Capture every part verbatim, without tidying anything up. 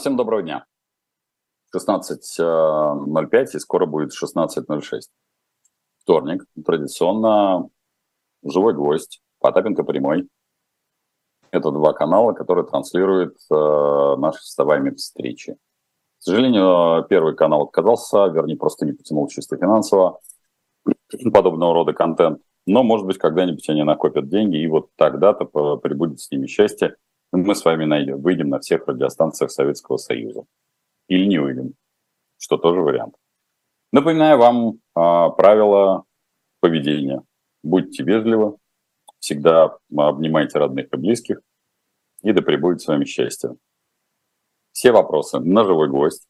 Всем доброго дня. шестнадцать ноль пять и скоро будет шестнадцать ноль шесть. Вторник. Традиционно живой гвоздь. Потапенко прямой. Это два канала, которые транслируют э, наши вставаемые встречи. К сожалению, первый канал отказался, вернее, просто не потянул чисто финансово подобного рода контент. Но, может быть, когда-нибудь они накопят деньги, и вот тогда-то прибудет с ними счастье. Мы с вами найдем, выйдем на всех радиостанциях Советского Союза. Или не выйдем, что тоже вариант. Напоминаю вам а, правила поведения. Будьте вежливы, всегда обнимайте родных и близких, и да пребудет с вами счастье. Все вопросы на живой гвоздь.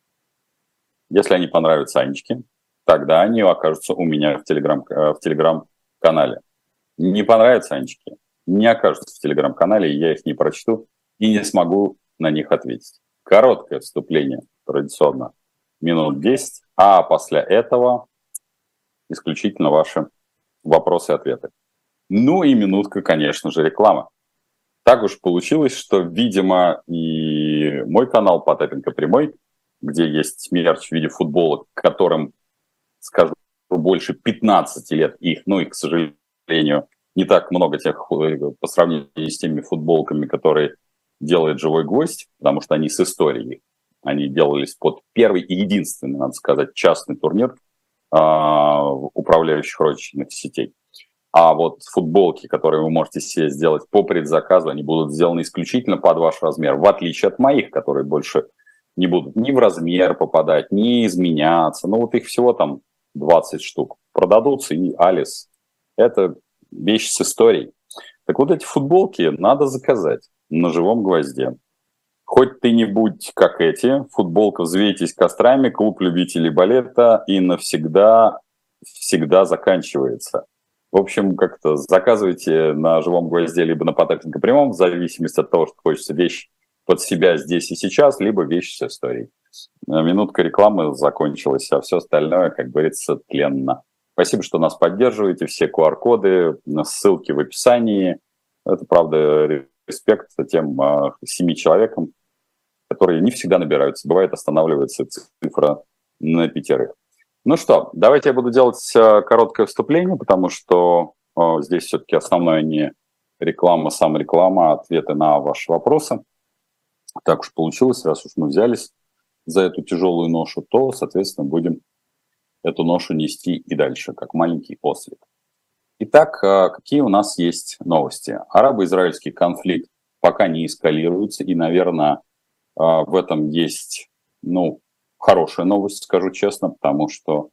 Если они понравятся Анечке, тогда они окажутся у меня в телеграм, в телеграм-канале. Не понравятся Анечке, не окажутся в телеграм-канале, и я их не прочту и не смогу на них ответить. Короткое вступление, традиционно, минут десять, а после этого исключительно ваши вопросы и ответы. Ну и минутка, конечно же, реклама. Так уж получилось, что, видимо, и мой канал Потапенко Прямой, где есть мерч в виде футболок, которым, скажу, больше пятнадцати лет их, ну и, к сожалению, не так много тех по сравнению с теми футболками, которые делает живой гвоздь, потому что они с историей. Они делались под первый и единственный, надо сказать, частный турнир э, управляющих розничных сетей. А вот футболки, которые вы можете себе сделать по предзаказу, они будут сделаны исключительно под ваш размер, в отличие от моих, которые больше не будут ни в размер попадать, ни изменяться. Ну вот их всего там двадцать штук. Продадутся и алис. Это вещь с историей. Так вот эти футболки надо заказать на живом гвозде. Хоть ты не будь как эти, футболка «Взвейтесь кострами», клуб любителей балета и навсегда всегда заканчивается. В общем, как-то заказывайте на живом гвозде либо на Потапенко Прямом, в зависимости от того, что хочется вещь под себя здесь и сейчас, либо вещь с историей. Минутка рекламы закончилась, а все остальное, как говорится, тленно. Спасибо, что нас поддерживаете. Все ку ар коды, ссылки в описании. Это, правда, респект тем э, семи человекам, которые не всегда набираются. Бывает, останавливается цифра на пятерых. Ну что, давайте я буду делать э, короткое вступление, потому что э, здесь все-таки основное не реклама, самореклама, а ответы на ваши вопросы. Так уж получилось, раз уж мы взялись за эту тяжелую ношу, то, соответственно, будем эту ношу нести и дальше, как маленький ослик. Итак, какие у нас есть новости? Арабо-израильский конфликт пока не эскалируется, и, наверное, в этом есть, ну, хорошая новость, скажу честно, потому что,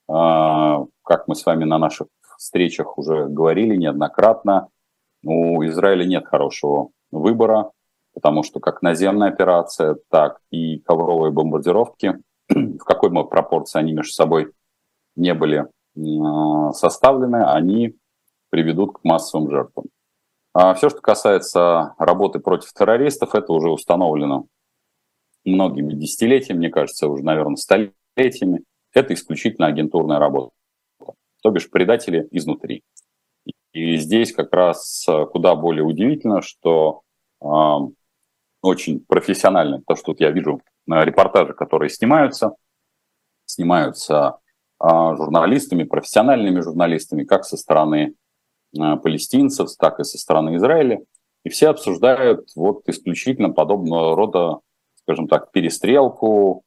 как мы с вами на наших встречах уже говорили неоднократно, у Израиля нет хорошего выбора, потому что как наземная операция, так и ковровые бомбардировки, в какой бы пропорции они между собой не были составлены, они приведут к массовым жертвам. А все, что касается работы против террористов, это уже установлено многими десятилетиями, мне кажется, уже, наверное, столетиями. Это исключительно агентурная работа, то бишь предатели изнутри. И здесь как раз куда более удивительно, что э, очень профессионально, то, что вот я вижу на репортажи, которые снимаются, снимаются журналистами, профессиональными журналистами, как со стороны палестинцев, так и со стороны Израиля. И все обсуждают вот исключительно подобного рода, скажем так, перестрелку,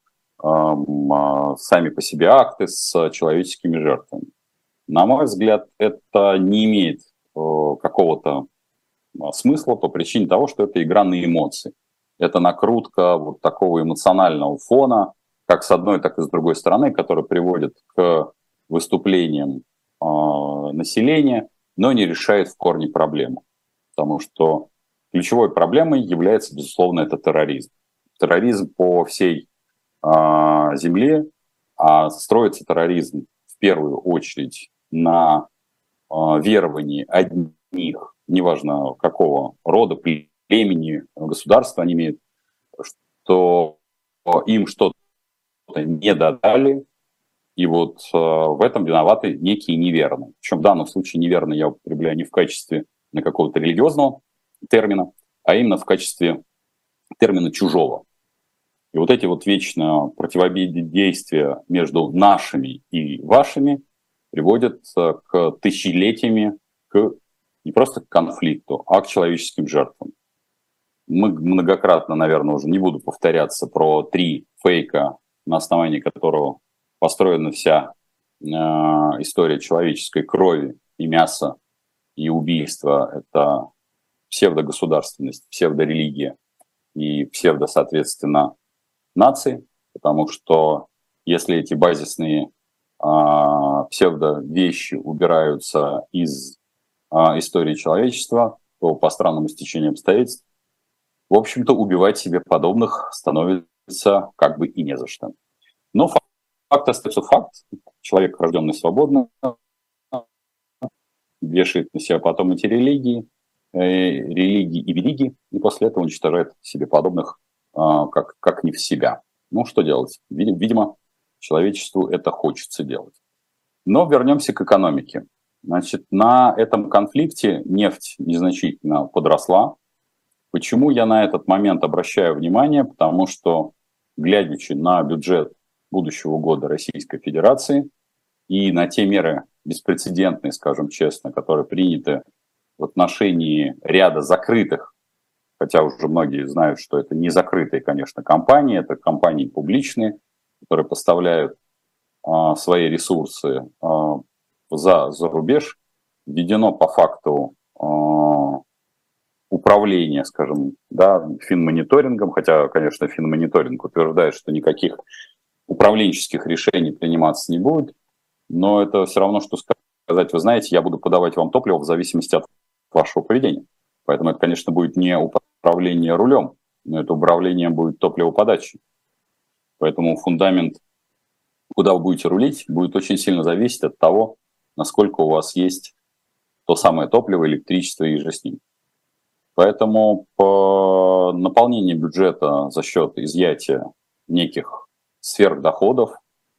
сами по себе акты с человеческими жертвами. На мой взгляд, это не имеет какого-то смысла по причине того, что это игра на эмоции. Это накрутка вот такого эмоционального фона, как с одной, так и с другой стороны, который приводит к выступлениям э, населения, но не решает в корне проблему. Потому что ключевой проблемой является, безусловно, это терроризм. Терроризм по всей э, земле, а строится терроризм в первую очередь на э, веровании одних, неважно какого рода, племени, государства они имеют, что им что-то не додали, и вот э, в этом виноваты некие неверные. Причем в данном случае неверные я употребляю не в качестве какого-то религиозного термина, а именно в качестве термина чужого. И вот эти вот вечно противодействия между нашими и вашими приводят к тысячелетиями, к не просто к конфликту, а к человеческим жертвам. Мы многократно, наверное, уже не буду повторяться про три фейка, на основании которого построена вся э, история человеческой крови и мяса, и убийства. Это псевдогосударственность, псевдорелигия и псевдо, соответственно, нации, потому что если эти базисные э, псевдо-вещи убираются из э, истории человечества, то по странному стечению обстоятельств, в общем-то, убивать себе подобных становится как бы и не за что. Но факт, факт остается факт. Человек, рожденный свободно, вешает на себя потом эти религии, э, религии и религии, и после этого уничтожает себе подобных э, как, как не в себя. Ну, что делать? Видимо, человечеству это хочется делать. Но вернемся к экономике. Значит, на этом конфликте нефть незначительно подросла. Почему я на этот момент обращаю внимание? Потому что, глядячи на бюджет будущего года Российской Федерации и на те меры беспрецедентные, скажем честно, которые приняты в отношении ряда закрытых, хотя уже многие знают, что это не закрытые, конечно, компании, это компании публичные, которые поставляют а, свои ресурсы а, за, за рубеж, введено по факту а, управление, скажем, да, финмониторингом, хотя, конечно, финмониторинг утверждает, что никаких управленческих решений приниматься не будет, но это все равно, что сказать, вы знаете, я буду подавать вам топливо в зависимости от вашего поведения. Поэтому это, конечно, будет не управление рулем, но это управление будет топливоподачей. Поэтому фундамент, куда вы будете рулить, будет очень сильно зависеть от того, насколько у вас есть то самое топливо, электричество и же с ним. Поэтому по наполнению бюджета за счет изъятия неких сверхдоходов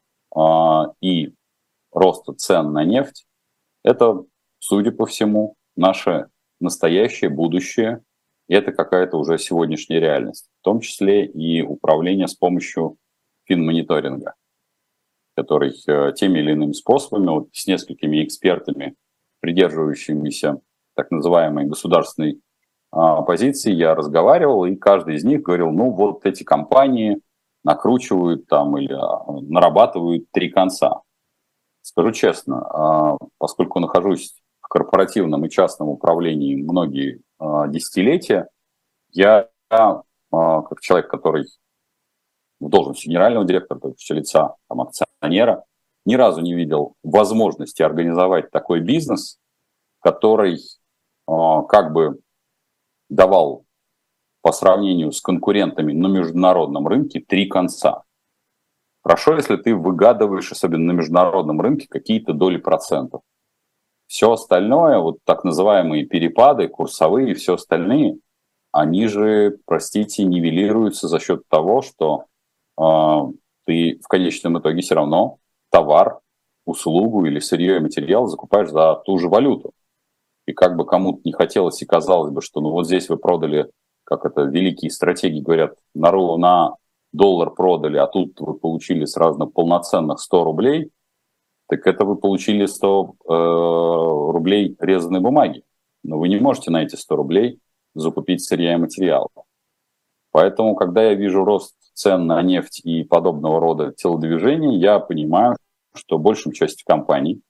э, и роста цен на нефть, это, судя по всему, наше настоящее, будущее, и это какая-то уже сегодняшняя реальность, в том числе и управление с помощью финмониторинга, который э, теми или иными способами, вот, с несколькими экспертами, придерживающимися так называемой государственной позиции, я разговаривал, и каждый из них говорил, ну вот эти компании накручивают там или нарабатывают три конца. Скажу честно, поскольку нахожусь в корпоративном и частном управлении многие десятилетия, я, как человек, который в должности генерального директора, то есть лица там, акционера, ни разу не видел возможности организовать такой бизнес, который как бы давал по сравнению с конкурентами на международном рынке три конца. Хорошо, если ты выгадываешь, особенно на международном рынке, какие-то доли процентов. Все остальное, вот так называемые перепады, курсовые и все остальные, они же, простите, нивелируются за счет того, что э, ты в конечном итоге все равно товар, услугу или сырье и материал закупаешь за ту же валюту. И как бы кому-то не хотелось и казалось бы, что ну вот здесь вы продали, как это великие стратеги говорят, на, на доллар продали, а тут вы получили сразу полноценных сто рублей, так это вы получили сто э, рублей резаной бумаги. Но вы не можете на эти сто рублей закупить сырья и материалы. Поэтому, когда я вижу рост цен на нефть и подобного рода телодвижений, я понимаю, что большим частью компаний,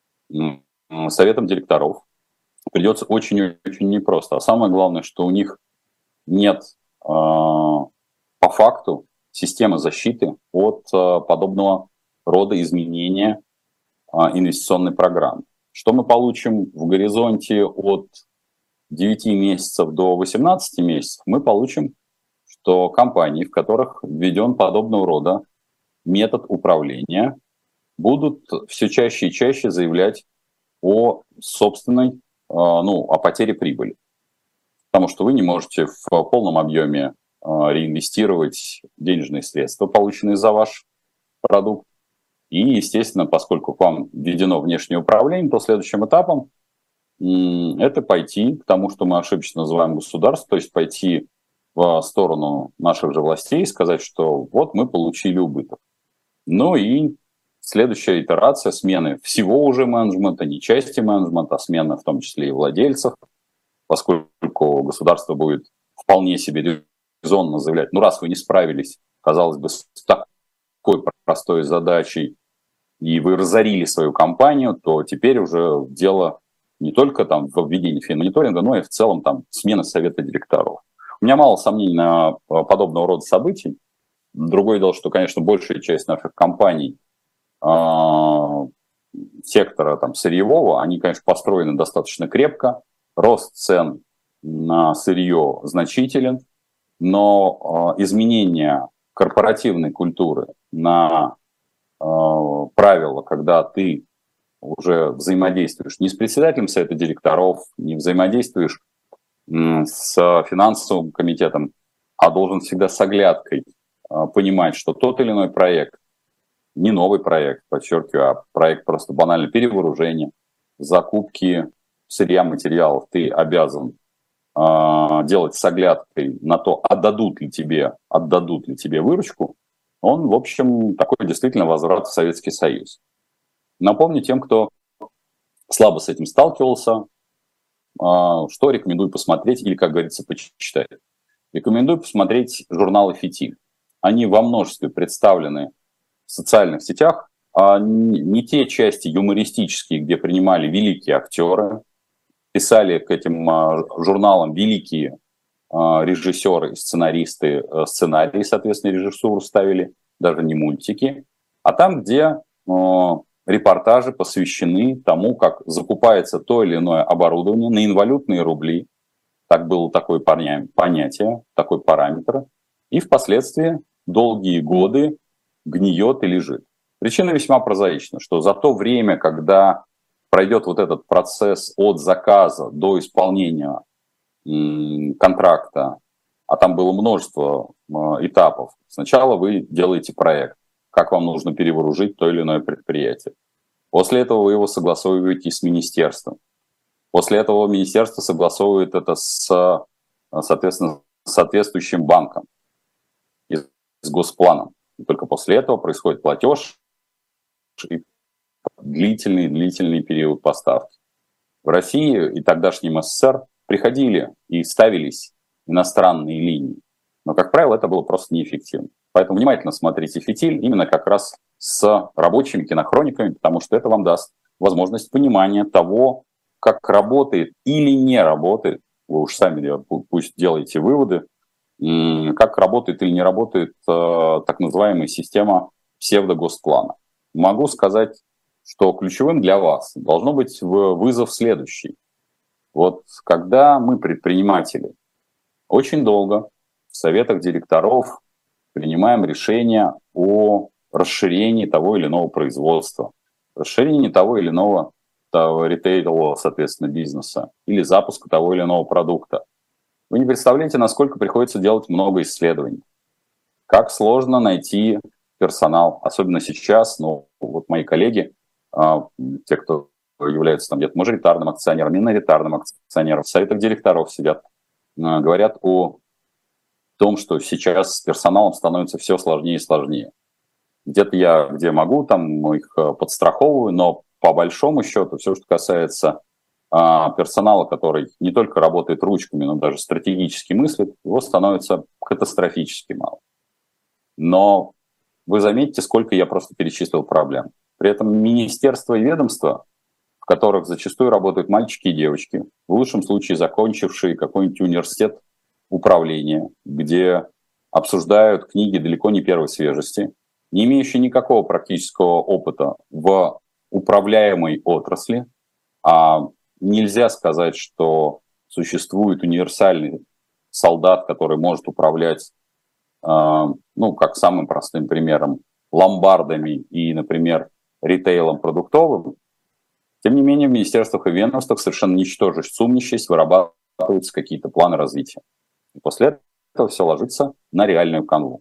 советом директоров, придется очень-очень непросто. А самое главное, что у них нет э, по факту системы защиты от э, подобного рода изменения э, инвестиционной программы. Что мы получим в горизонте от девяти месяцев до восемнадцати месяцев? Мы получим, что компании, в которых введен подобного рода метод управления, будут все чаще и чаще заявлять о собственной ну, о потере прибыли. Потому что вы не можете в полном объеме реинвестировать денежные средства, полученные за ваш продукт. И, естественно, поскольку к вам введено внешнее управление, то следующим этапом это пойти к тому, что мы ошибочно называем государством, то есть пойти в сторону наших же властей и сказать, что вот мы получили убыток. Ну и следующая итерация смены всего уже менеджмента, не части менеджмента, а смены в том числе и владельцев, поскольку государство будет вполне себе резонно заявлять, ну раз вы не справились, казалось бы, с такой простой задачей, и вы разорили свою компанию, то теперь уже дело не только там в введении финмониторинга, но и в целом там смены совета директоров. У меня мало сомнений на подобного рода событий. Другое дело, что, конечно, большая часть наших компаний э, сектора там, сырьевого, они, конечно, построены достаточно крепко. Рост цен на сырье значителен, но э, изменение корпоративной культуры на э, правила, когда ты уже взаимодействуешь не с председателем совета директоров, не взаимодействуешь м, с финансовым комитетом, а должен всегда с оглядкой э, понимать, что тот или иной проект, не новый проект, подчеркиваю, а проект просто банально перевооружения, закупки сырья, материалов, ты обязан э, делать с оглядкой на то, отдадут ли тебе, отдадут ли тебе выручку, он, в общем, такой действительно возврат в Советский Союз. Напомню тем, кто слабо с этим сталкивался, что рекомендую посмотреть или, как говорится, почитать. Рекомендую посмотреть журналы «Фитиль». Они во множестве представлены в социальных сетях, а не те части юмористические, где принимали великие актеры, писали к этим журналам великие режиссеры, сценаристы, сценарии, соответственно, режиссуру ставили, даже не мультики, а там, где репортажи посвящены тому, как закупается то или иное оборудование на инвалютные рубли. Так было такое понятие, такой параметр. И впоследствии долгие годы гниет и лежит. Причина весьма прозаична, что за то время, когда пройдет вот этот процесс от заказа до исполнения м, контракта, а там было множество м, этапов, сначала вы делаете проект, как вам нужно перевооружить то или иное предприятие. После этого вы его согласовываете с министерством. После этого министерство согласовывает это с, соответственно, соответствующим банком и с госпланом. И только после этого происходит платеж и длительный-длительный период поставки. В России и тогдашнем СССР приходили и ставились иностранные линии. Но, как правило, это было просто неэффективно. Поэтому внимательно смотрите «Фитиль» именно как раз с рабочими кинохрониками, потому что это вам даст возможность понимания того, как работает или не работает, вы уж сами пусть делаете выводы, как работает или не работает так называемая система псевдогосплана. Могу сказать, что ключевым для вас должно быть вызов следующий. Вот когда мы, предприниматели, очень долго в советах директоров принимаем решение о расширении того или иного производства, расширении того или иного того ритейлового, соответственно, бизнеса или запуска того или иного продукта. Вы не представляете, насколько приходится делать много исследований. Как сложно найти персонал, особенно сейчас. Ну, вот мои коллеги, те, кто являются там где-то мажоритарным акционером, миноритарным акционером, в советах директоров сидят, говорят о том, что сейчас с персоналом становится все сложнее и сложнее. Где-то я, где могу, там их подстраховываю, но по большому счету все, что касается а, персонала, который не только работает ручками, но даже стратегически мыслит, его становится катастрофически мало. Но вы заметите, сколько я просто перечислил проблем. При этом министерства и ведомства, в которых зачастую работают мальчики и девочки, в лучшем случае закончившие какой-нибудь университет управления, где обсуждают книги далеко не первой свежести, не имеющие никакого практического опыта в управляемой отрасли, а нельзя сказать, что существует универсальный солдат, который может управлять, ну, как самым простым примером, ломбардами и, например, ритейлом продуктовым. Тем не менее, в министерствах и ведомствах совершенно ничтоже сумнящись вырабатываются какие-то планы развития. И после этого все ложится на реальную канву.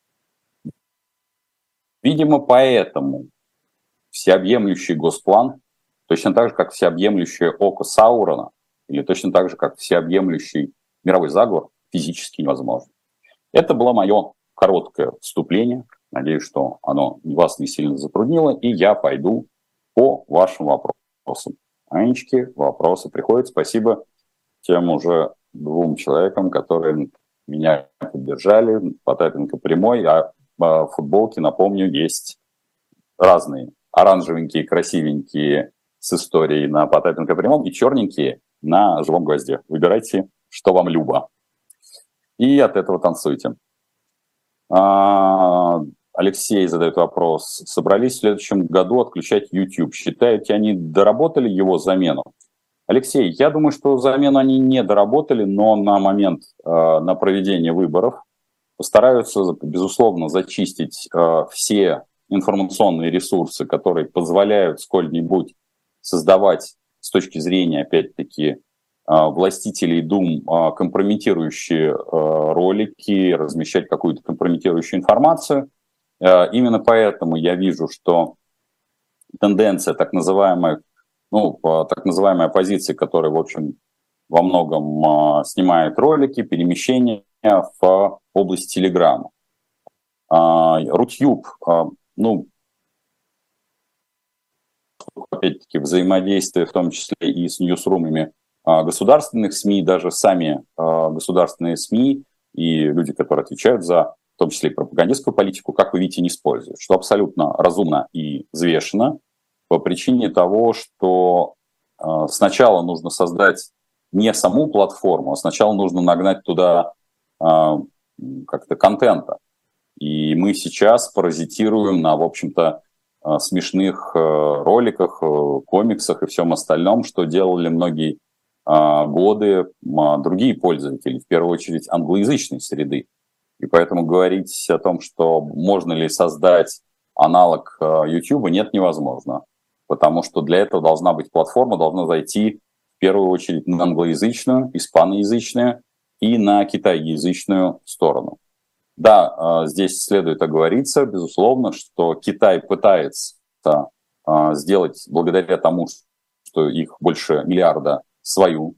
Видимо, поэтому всеобъемлющий госплан, точно так же, как всеобъемлющее око Саурона, или точно так же, как всеобъемлющий мировой заговор, физически невозможно. Это было мое короткое вступление. Надеюсь, что оно вас не сильно затруднило, и я пойду по вашим вопросам. Анечки, вопросы приходят. Спасибо тем уже двум человекам, которые меня поддержали. Потапенко прямой, а в футболке, напомню, есть разные. Оранжевенькие, красивенькие с историей на Потапенко прямом и черненькие на живом гвозде. Выбирайте, что вам любо. И от этого танцуйте. Алексей задает вопрос. Собрались в следующем году отключать YouTube. Считаете, они доработали его замену? Алексей, я думаю, что замену они не доработали, но на момент э, на проведение выборов постараются, безусловно, зачистить э, все информационные ресурсы, которые позволяют сколь-нибудь создавать с точки зрения, опять-таки, э, властителей дум э, компрометирующие э, ролики, размещать какую-то компрометирующую информацию. Э, именно поэтому я вижу, что тенденция так называемой ну, так называемой оппозиции, которая, в общем, во многом а, снимает ролики, перемещения в область Телеграма. А, Рутюб, а, ну, опять-таки, взаимодействие, в том числе и с ньюсрумами а, государственных СМИ, даже сами а, государственные СМИ и люди, которые отвечают за, в том числе и пропагандистскую политику, как вы видите, не используют, что абсолютно разумно и взвешенно, по причине того, что э, сначала нужно создать не саму платформу, а сначала нужно нагнать туда э, как-то контента. И мы сейчас паразитируем на, в общем-то, э, смешных э, роликах, э, комиксах и всем остальном, что делали многие э, годы э, другие пользователи, в первую очередь англоязычной среды. И поэтому говорить о том, что можно ли создать аналог э, YouTube, нет, невозможно. Потому что для этого должна быть платформа, должна зайти в первую очередь на англоязычную, испаноязычную и на китайязычную сторону. Да, здесь следует оговориться, безусловно, что Китай пытается сделать, благодаря тому, что их больше миллиарда, свою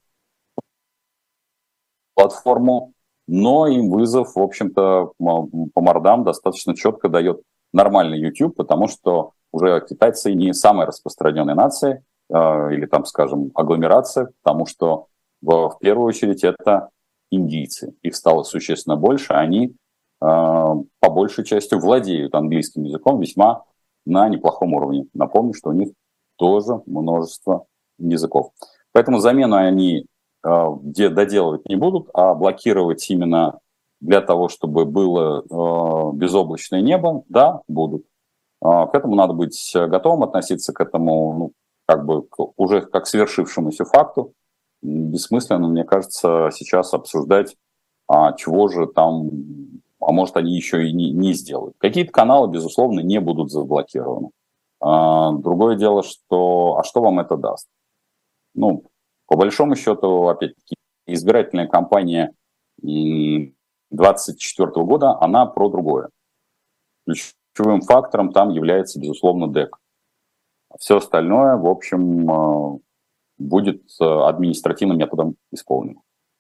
платформу, но им вызов, в общем-то, по мордам достаточно четко дает нормальный YouTube, потому что уже китайцы не самая распространенная нация э, или там, скажем, агломерация, потому что в, в первую очередь это индийцы. Их стало существенно больше, они э, по большей части владеют английским языком весьма на неплохом уровне. Напомню, что у них тоже множество языков. Поэтому замену они э, доделывать не будут, а блокировать именно для того, чтобы было э, безоблачное небо, да, будут. К этому надо быть готовым, относиться к этому ну, как бы уже как к свершившемуся факту. Бессмысленно, мне кажется, сейчас обсуждать, а чего же там, а может они еще и не, не сделают. Какие-то каналы, безусловно, не будут заблокированы. А, другое дело, что, а что вам это даст? Ну, по большому счету, опять-таки, избирательная кампания двадцать четвёртого года, она про другое. Ключевым фактором там является, безусловно, ДЭК. Все остальное, в общем, будет административным методом исполнено.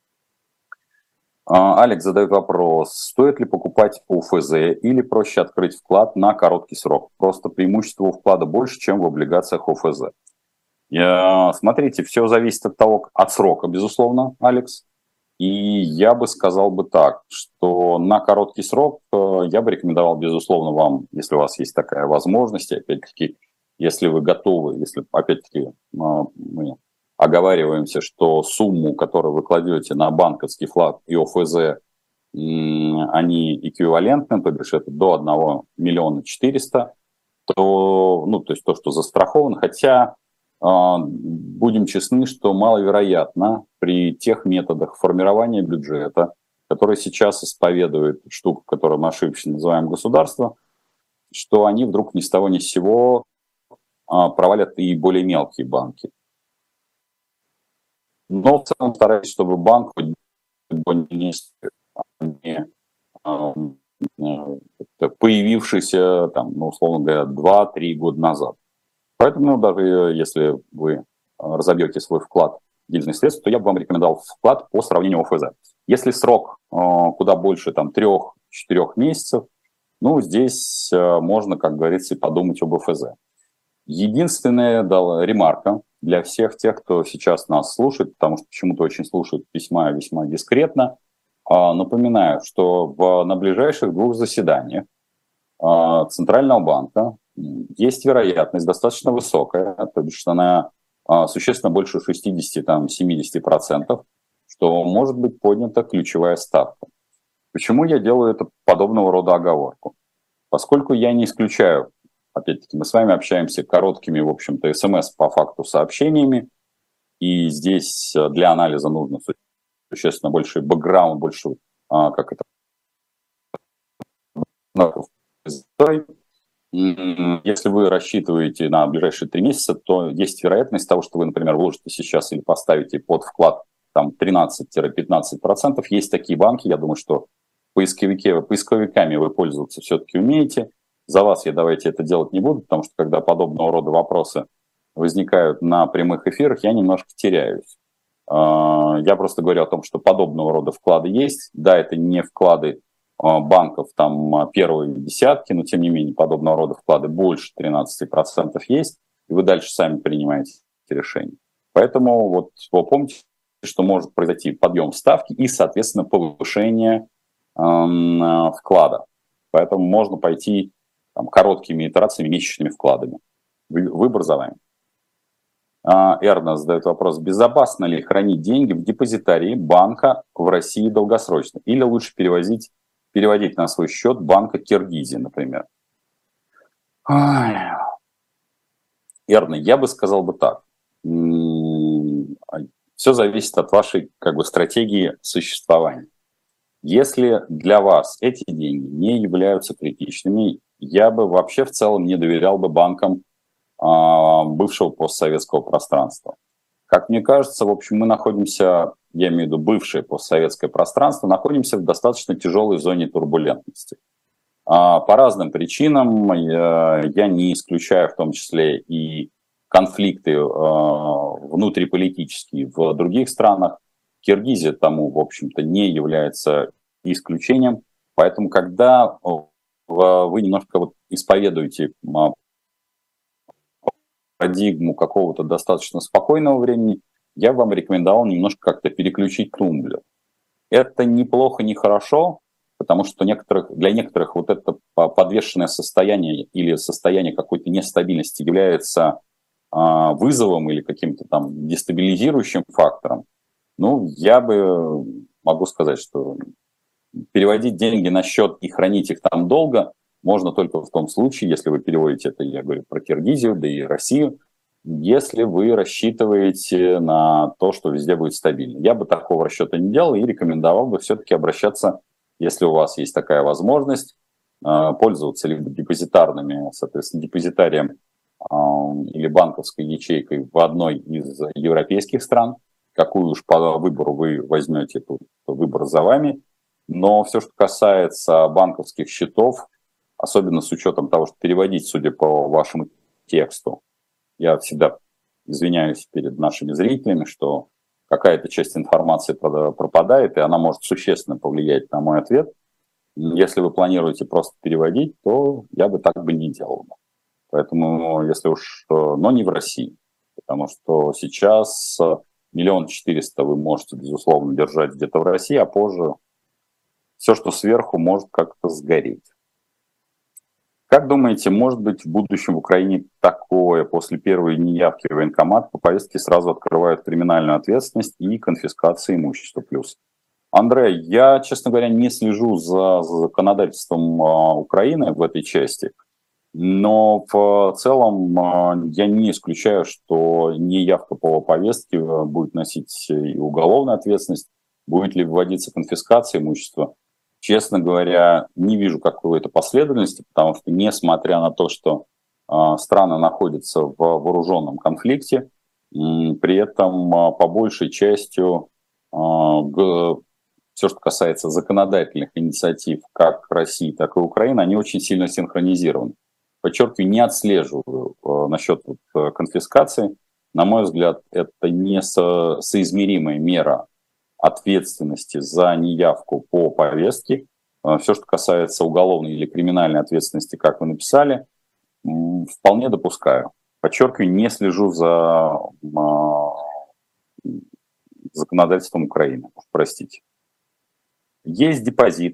Алекс задает вопрос. Стоит ли покупать ОФЗ или проще открыть вклад на короткий срок? Просто преимущество у вклада больше, чем в облигациях ОФЗ. Смотрите, все зависит от того, от срока, безусловно, Алекс. И я бы сказал бы так, что на короткий срок я бы рекомендовал, безусловно, вам, если у вас есть такая возможность, опять-таки, если вы готовы, если, опять-таки, мы оговариваемся, что сумму, которую вы кладете на банковский вклад и ОФЗ, они эквивалентны, то бишь это до одного миллиона четырёхсот, то, ну, то есть то, что застраховано, хотя будем честны, что маловероятно при тех методах формирования бюджета, которые сейчас исповедует штука, которую мы ошибочно называем государство, что они вдруг ни с того ни с сего провалят и более мелкие банки. Но в целом стараюсь, чтобы банк не появившийся, там, ну, условно говоря, два-три года назад. Поэтому даже если вы разобьете свой вклад в денежные средства, то я бы вам рекомендовал вклад по сравнению ОФЗ. Если срок э, куда больше там трех-четырех месяцев, ну, здесь э, можно, как говорится, и подумать об эф зэ. Единственная да, ремарка для всех тех, кто сейчас нас слушает, потому что почему-то очень слушают весьма весьма дискретно, э, напоминаю, что в, на ближайших двух заседаниях э, Центрального банка есть вероятность достаточно высокая, то есть она э, существенно больше шестьдесят-семьдесят процентов, что может быть поднята ключевая ставка. Почему я делаю это подобного рода оговорку? Поскольку я не исключаю, опять-таки, мы с вами общаемся короткими, в общем-то, смс по факту сообщениями, и здесь для анализа нужно существенно больше бэкграунд, больше, а, как это, если вы рассчитываете на ближайшие три месяца, то есть вероятность того, что вы, например, вложите сейчас или поставите под вклад там тринадцать-пятнадцать процентов. Есть такие банки, я думаю, что поисковике, поисковиками вы пользоваться все-таки умеете. За вас я давайте это делать не буду, потому что когда подобного рода вопросы возникают на прямых эфирах, я немножко теряюсь. Я просто говорю о том, что подобного рода вклады есть. Да, это не вклады банков там первой десятки, но тем не менее подобного рода вклады больше тринадцать процентов есть, и вы дальше сами принимаете решение. Поэтому вот вы помните, что может произойти подъем ставки и, соответственно, повышение э, вклада. Поэтому можно пойти там, короткими итерациями, месячными вкладами. Выбор за вами. Эрна задает вопрос, безопасно ли хранить деньги в депозитарии банка в России долгосрочно? Или лучше перевозить, переводить на свой счет банка Киргизии, например? Ай. Эрна, я бы сказал бы так. Все зависит от вашей как бы, стратегии существования. Если для вас эти деньги не являются критичными, я бы вообще в целом не доверял бы банкам бывшего постсоветского пространства. Как мне кажется, в общем, мы находимся, я имею в виду бывшее постсоветское пространство, находимся в достаточно тяжелой зоне турбулентности. По разным причинам, я не исключаю в том числе и конфликты внутриполитические в других странах. Киргизия тому, в общем-то, не является исключением. Поэтому, когда вы немножко вот исповедуете парадигму какого-то достаточно спокойного времени, я вам рекомендовал немножко как-то переключить тумблер. Это неплохо, не хорошо, потому что некоторых, для некоторых вот это подвешенное состояние или состояние какой-то нестабильности является а, вызовом или каким-то там дестабилизирующим фактором. Ну, я бы могу сказать, что переводить деньги на счет и хранить их там долго можно только в том случае, если вы переводите это, я говорю про Киргизию, да и Россию, если вы рассчитываете на то, что везде будет стабильно. Я бы такого расчета не делал и рекомендовал бы все-таки обращаться, если у вас есть такая возможность, пользоваться либо депозитарными, соответственно, депозитарием или банковской ячейкой в одной из европейских стран. Какую уж по выбору вы возьмете, тут выбор за вами. Но все, что касается банковских счетов, особенно с учетом того, что переводить, судя по вашему тексту, я всегда извиняюсь перед нашими зрителями, что какая-то часть информации пропадает, и она может существенно повлиять на мой ответ. Если вы планируете просто переводить, то я бы так бы не делал. Поэтому, если уж, но не в России, потому что сейчас миллион четыреста вы можете, безусловно, держать где-то в России, а позже все, что сверху, может как-то сгореть. Как думаете, может быть в будущем в Украине такое, после первой неявки в военкомат по повестке сразу открывают криминальную ответственность и конфискацию имущества плюс? Андрей, я, честно говоря, не слежу за законодательством Украины в этой части, но в целом я не исключаю, что неявка по повестке будет носить и уголовную ответственность, будет ли вводиться конфискация имущества. Честно говоря, не вижу какой-то последовательности, потому что, несмотря на то, что э, страны находятся в вооруженном конфликте, э, при этом э, по большей частью э, г, все, что касается законодательных инициатив как России, так и Украины, они очень сильно синхронизированы. Подчеркиваю, не отслеживаю э, насчет вот, конфискации. На мой взгляд, это не со, соизмеримая мера ответственности за неявку по повестке. Все, что касается уголовной или криминальной ответственности, как вы написали, вполне допускаю. Подчеркиваю, не слежу за законодательством Украины, простите. Есть депозит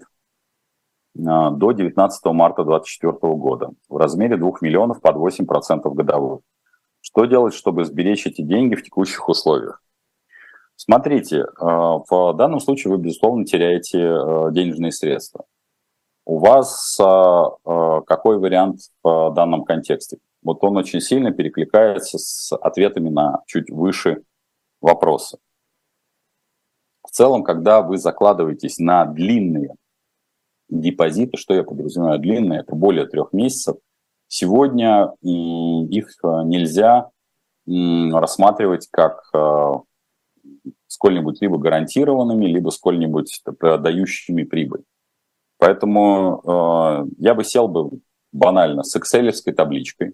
до девятнадцатого марта две тысячи двадцать четвёртого года в размере двух миллионов под восемь процентов годовых. Что делать, чтобы сберечь эти деньги в текущих условиях? Смотрите, в данном случае вы, безусловно, теряете денежные средства. У вас какой вариант в данном контексте? Вот он очень сильно перекликается с ответами на чуть выше вопросы. В целом, когда вы закладываетесь на длинные депозиты, что я подразумеваю длинные, это более трех месяцев, сегодня их нельзя рассматривать как сколь-нибудь либо гарантированными, либо сколь-нибудь дающими прибыль. Поэтому э, я бы сел бы банально с экселевской табличкой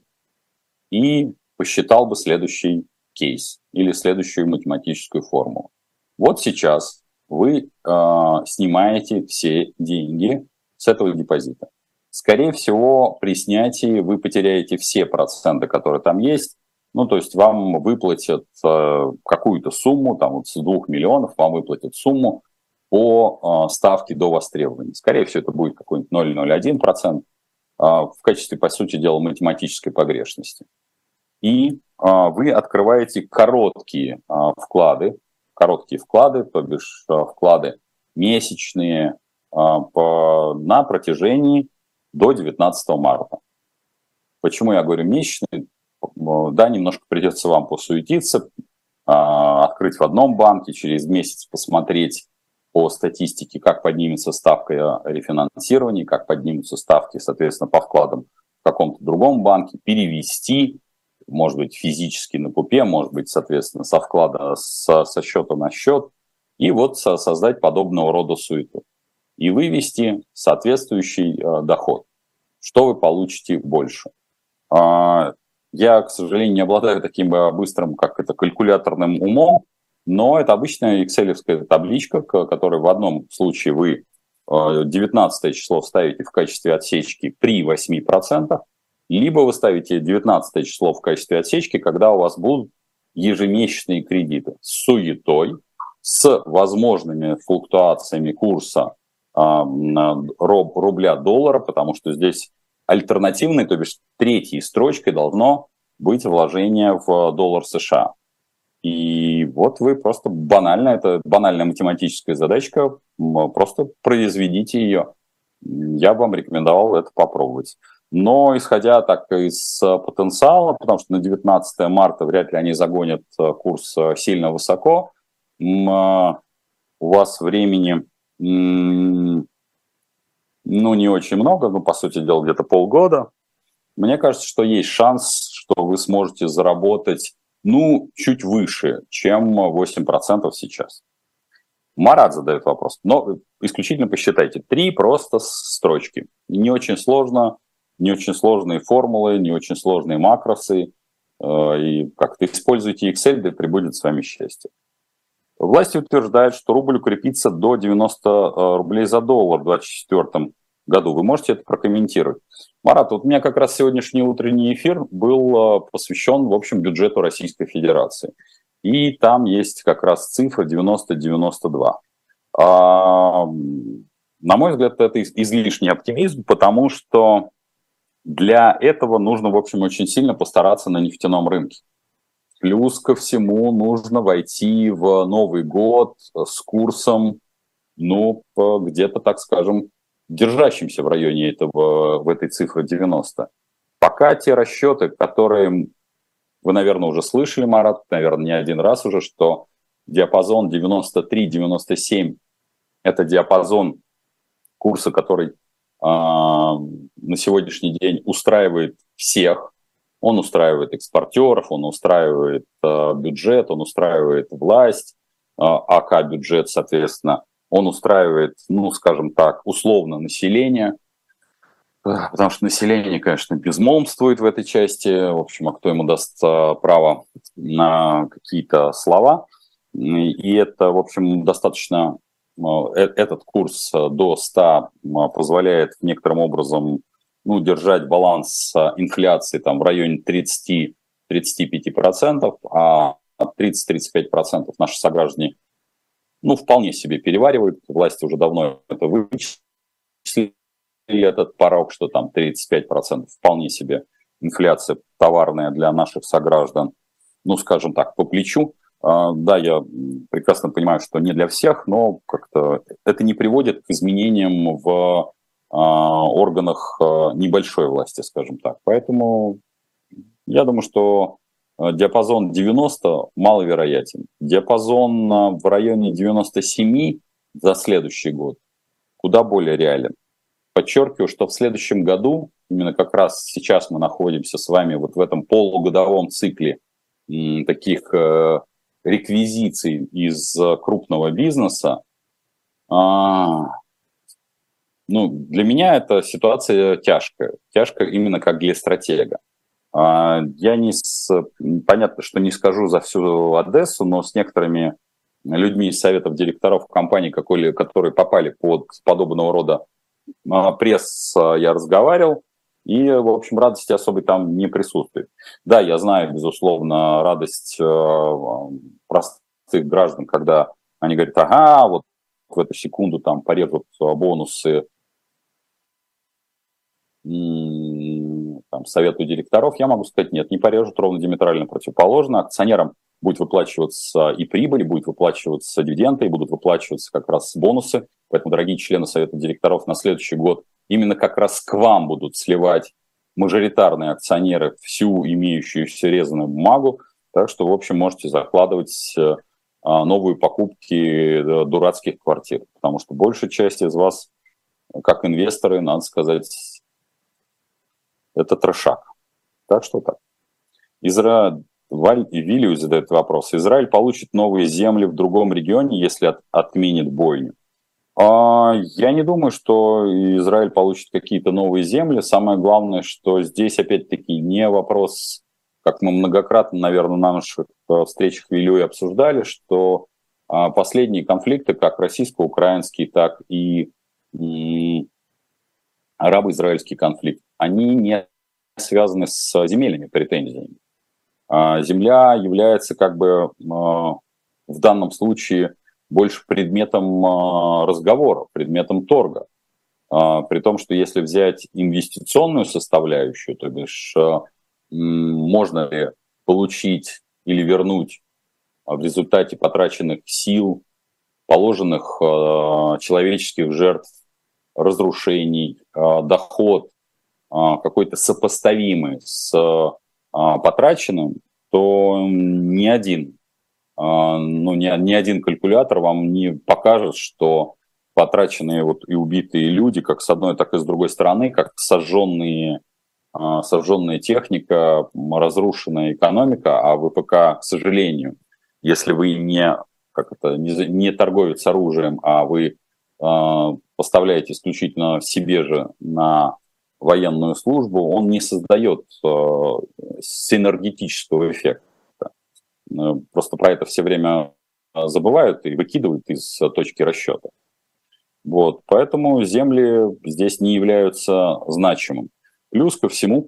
и посчитал бы следующий кейс или следующую математическую формулу. Вот сейчас вы э, снимаете все деньги с этого депозита. Скорее всего, при снятии вы потеряете все проценты, которые там есть. Ну, то есть вам выплатят э, какую-то сумму, там вот с двух миллионов вам выплатят сумму по э, ставке до востребования. Скорее всего, это будет какой-нибудь ноль целых ноль один процента э, в качестве, по сути дела, математической погрешности. И э, вы открываете короткие э, вклады, короткие вклады, то бишь э, вклады месячные э, по, на протяжении до девятнадцатого марта. Почему я говорю месячные? Да, немножко придется вам посуетиться, открыть в одном банке, через месяц посмотреть по статистике, как поднимется ставка рефинансирования, как поднимутся ставки, соответственно, по вкладам в каком-то другом банке, перевести, может быть, физически на пупе, может быть, соответственно, со вклада со, со счета на счет, и вот создать подобного рода суету. И вывести соответствующий доход. Что вы получите больше? Я, к сожалению, не обладаю таким быстрым, как это, калькуляторным умом, но это обычная экселевская табличка, которая в одном случае вы девятнадцатое число ставите в качестве отсечки при восьми процентах, либо вы ставите девятнадцатое число в качестве отсечки, когда у вас будут ежемесячные кредиты с суетой, с возможными флуктуациями курса рубля-доллара, потому что здесь альтернативной, то бишь третьей строчкой должно быть вложение в доллар США. И вот вы просто банально, это банальная математическая задачка, просто произведите ее. Я бы вам рекомендовал это попробовать. Но исходя так из потенциала, потому что на девятнадцатое марта вряд ли они загонят курс сильно высоко, у вас времени ну, не очень много, ну, по сути дела, где-то полгода. Мне кажется, что есть шанс, что вы сможете заработать, ну, чуть выше, чем восемь процентов сейчас. Марат задает вопрос, но исключительно посчитайте. Три просто строчки. Не очень сложно, не очень сложные формулы, не очень сложные макросы. И как-то используйте Excel, да и прибудет с вами счастье. Власти утверждают, что рубль укрепится до девяноста рублей за доллар в две тысячи двадцать четвёртом году. Вы можете это прокомментировать? Марат, вот у меня как раз сегодняшний утренний эфир был посвящен, в общем, бюджету Российской Федерации. И там есть как раз цифра девяносто девяносто два. А, на мой взгляд, это излишний оптимизм, потому что для этого нужно, в общем, очень сильно постараться на нефтяном рынке. Плюс ко всему нужно войти в Новый год с курсом, ну, где-то, так скажем, держащимся в районе этого, в этой цифры девяносто. Пока те расчеты, которые вы, наверное, уже слышали, Марат, наверное, не один раз уже, что диапазон девяносто три девяносто семь – это диапазон курса, который э, на сегодняшний день устраивает всех. Он устраивает экспортеров, он устраивает э, бюджет, он устраивает власть, э, АК-бюджет, соответственно. Он устраивает, ну, скажем так, условно население, потому что население, конечно, безмолвствует в этой части. В общем, а кто ему даст э, право на какие-то слова? И это, в общем, достаточно, этот курс до ста позволяет некоторым образом, ну, держать баланс инфляции там в районе тридцать-тридцать пять процентов, а тридцать-тридцать пять процентов наши сограждане, ну, вполне себе переваривают. Власти уже давно это вычислили, этот порог, что там тридцать пять процентов вполне себе инфляция товарная для наших сограждан, ну, скажем так, по плечу. Да, я прекрасно понимаю, что не для всех, но как-то это не приводит к изменениям в органах небольшой власти, скажем так. Поэтому я думаю, что диапазон девяносто маловероятен. Диапазон в районе девяносто семь за следующий год куда более реален. Подчеркиваю, что в следующем году, именно как раз сейчас мы находимся с вами вот в этом полугодовом цикле м, таких э, реквизиций из крупного бизнеса. А, ну, для меня эта ситуация тяжкая. Тяжкая именно как для стратега. А, я не с, понятно, что не скажу за всю Одессу, но с некоторыми людьми из советов директоров компаний, которые попали под подобного рода пресс, я разговаривал, и, в общем, радости особой там не присутствует. Да, я знаю, безусловно, радость простых граждан, когда они говорят, ага, вот в эту секунду там порежут бонусы там, совету директоров. Я могу сказать, нет, не порежут, ровно диаметрально противоположно. Акционерам будет выплачиваться и прибыль, будет выплачиваться дивиденды, и будут выплачиваться как раз бонусы. Поэтому, дорогие члены совета директоров, на следующий год именно как раз к вам будут сливать мажоритарные акционеры всю имеющуюся резаную бумагу. Так что, в общем, можете закладывать новые покупки дурацких квартир. Потому что большая часть из вас, как инвесторы, надо сказать, это трешак. Так что так. Израиль и Вилью задает вопрос. Израиль получит новые земли в другом регионе, если от, отменит бойню? А, я не думаю, что Израиль получит какие-то новые земли. Самое главное, что здесь, опять-таки, не вопрос, как мы многократно, наверное, на наших встречах в Вилью обсуждали, что а, последние конфликты, как российско-украинский, так и, и арабо-израильский конфликт, они не связаны с земельными претензиями. Земля является как бы в данном случае больше предметом разговора, предметом торга. При том, что если взять инвестиционную составляющую, то бишь можно ли получить или вернуть в результате потраченных сил, положенных человеческих жертв, разрушений, доход, какой-то сопоставимый с потраченным, то ни один, ну, ни, ни один калькулятор вам не покажет, что потраченные вот и убитые люди, как с одной, так и с другой стороны, как сожженные, сожженная техника, разрушенная экономика, а ВПК, к сожалению, если вы не, как это, не, не торговец оружием, а вы поставляете исключительно себе же на военную службу, он не создает э, синергетического эффекта. Просто про это все время забывают и выкидывают из точки расчета. Вот. Поэтому земли здесь не являются значимым. Плюс ко всему,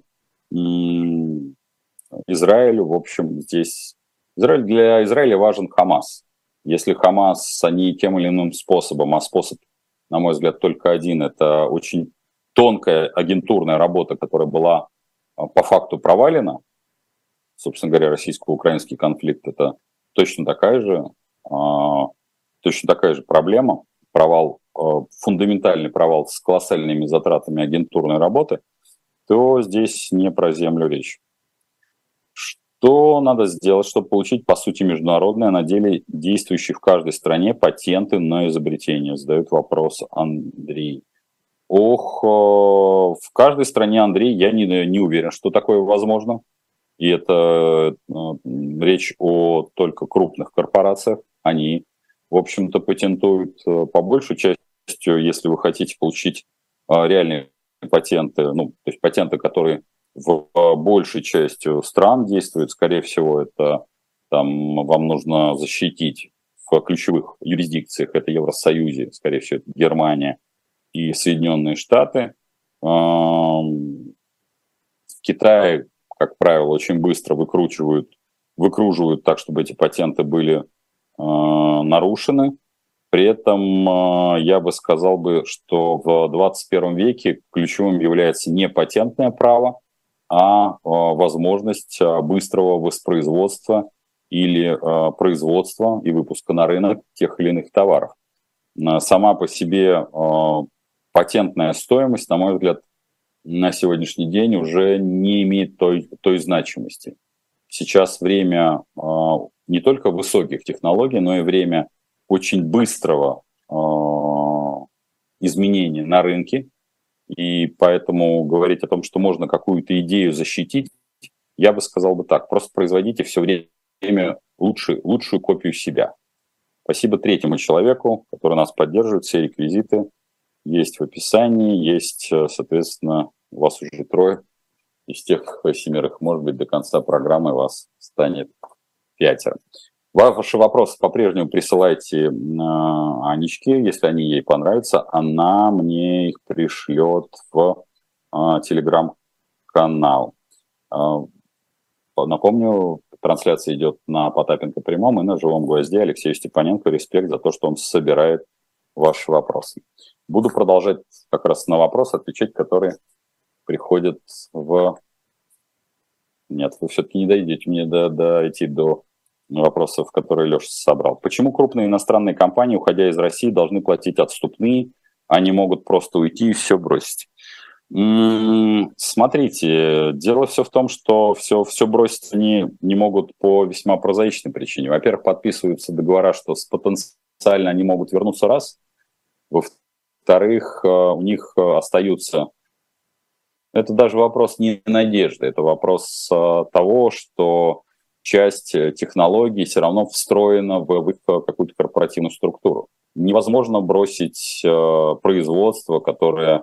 Израилю, в общем, здесь... Израиль, для Израиля важен Хамас. Если Хамас, они тем или иным способом, а способ, на мой взгляд, только один, это очень тонкая агентурная работа, которая была по факту провалена, собственно говоря, российско-украинский конфликт, это точно такая же, точно такая же проблема, провал, фундаментальный провал с колоссальными затратами агентурной работы, то здесь не про землю речь. Что надо сделать, чтобы получить, по сути, международные, на деле действующие в каждой стране патенты на изобретение? Задает вопрос Андрей. Ох, в каждой стране, Андрей, я не, не уверен, что такое возможно. И это э, речь о только крупных корпорациях. Они, в общем-то, патентуют по большей части, если вы хотите получить э, реальные патенты, ну, то есть патенты, которые в большей части стран действуют, скорее всего, это там вам нужно защитить в ключевых юрисдикциях, это Евросоюзе, скорее всего, это Германия и Соединенные Штаты. В Китае, как правило, очень быстро выкручивают, выкруживают так, чтобы эти патенты были нарушены. При этом я бы сказал бы, что в двадцать первом веке ключевым является не патентное право, а возможность быстрого воспроизводства или производства и выпуска на рынок тех или иных товаров. Сама по себе патентная стоимость, на мой взгляд, на сегодняшний день уже не имеет той, той значимости. Сейчас время не только высоких технологий, но и время очень быстрого изменения на рынке. И поэтому говорить о том, что можно какую-то идею защитить, я бы сказал бы так, просто производите все время лучшую, лучшую копию себя. Спасибо третьему человеку, который нас поддерживает, все реквизиты есть в описании, есть, соответственно, у вас уже трое, из тех семерых, может быть, до конца программы вас станет пятеро. Ваши вопросы по-прежнему присылайте Анечке, если они ей понравятся, она мне их пришлет в телеграм-канал. Напомню, трансляция идет на Потапенко прямом и на живом гвозде. Алексею Степаненко респект за то, что он собирает ваши вопросы. Буду продолжать как раз на вопросы отвечать, которые приходят в... Нет, вы все-таки не дойдете мне до, дойти до вопросов, которые Леша собрал. Почему крупные иностранные компании, уходя из России, должны платить отступные, они могут просто уйти и все бросить? М-м, смотрите, дело все в том, что все, все бросить они не могут по весьма прозаичной причине. Во-первых, подписываются договора, что потенциально они могут вернуться раз. Во-вторых, у них остаются... Это даже вопрос не надежды, это вопрос того, что часть технологий все равно встроена в, в их какую-то корпоративную структуру. Невозможно бросить производство, которое